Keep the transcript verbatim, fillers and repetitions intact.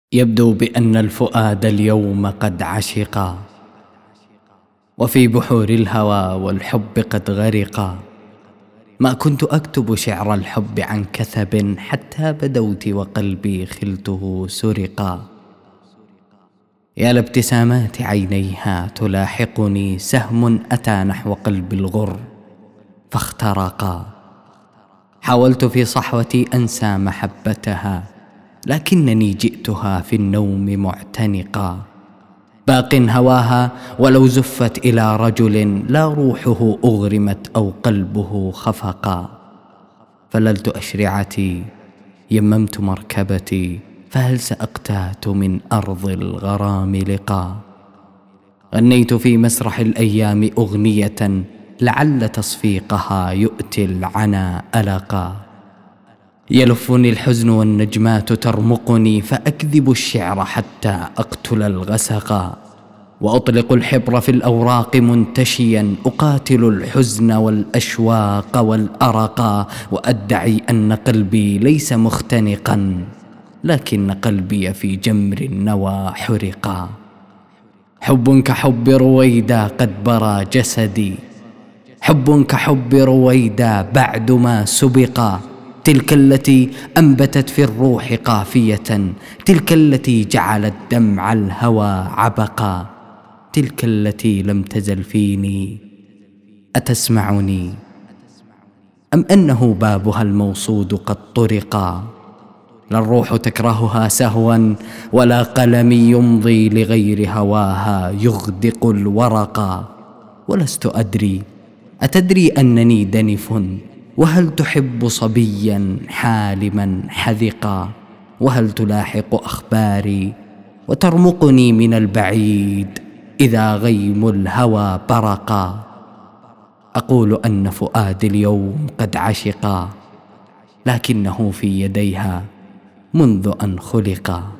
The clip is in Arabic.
يبدو بأن الفؤاد اليوم قد عشقا، وفي بحور الهوى والحب قد غرقا. ما كنت أكتب شعر الحب عن كثب، حتى بدوت وقلبي خلته سرقا. يا لابتسامات عينيها تلاحقني، سهم أتى نحو قلب الغر فاخترقا. حاولت في صحوتي أنسى محبتها، لكنني جئتها في النوم معتنقا. باق هواها ولو زفت إلى رجل، لا روحه أغرمت أو قلبه خفقا. فللت أشرعتي يممت مركبتي، فهل سأقتات من أرض الغرام لقا. غنيت في مسرح الأيام أغنية، لعل تصفيقها يؤتي العنا ألقا. يلفني الحزن والنجمات ترمقني، فأكذب الشعر حتى أقتل الغسقا. وأطلق الحبر في الأوراق منتشيا، أقاتل الحزن والأشواق والأرقا. وأدعي أن قلبي ليس مختنقا، لكن قلبي في جمر النوى حرقا. حب كحب رويدا قد برى جسدي، حب كحب رويدا بعدما سبقا. تلك التي أنبتت في الروح قافية، تلك التي جعلت دمع الهوى عبقا. تلك التي لم تزل فيني أتسمعني، أم أنه بابها الموصود قد طرقا. لا الروح تكرهها سهوا، ولا قلمي يمضي لغير هواها يغدق الورقا. ولست أدري، أتدري أنني دنف؟ وهل تحب صبيا حالما حذقا؟ وهل تلاحق أخباري وترمقني من البعيد إذا غيم الهوى برقا؟ أقول أن فؤادي اليوم قد عشقا، لكنه في يديها منذ أن خلقا.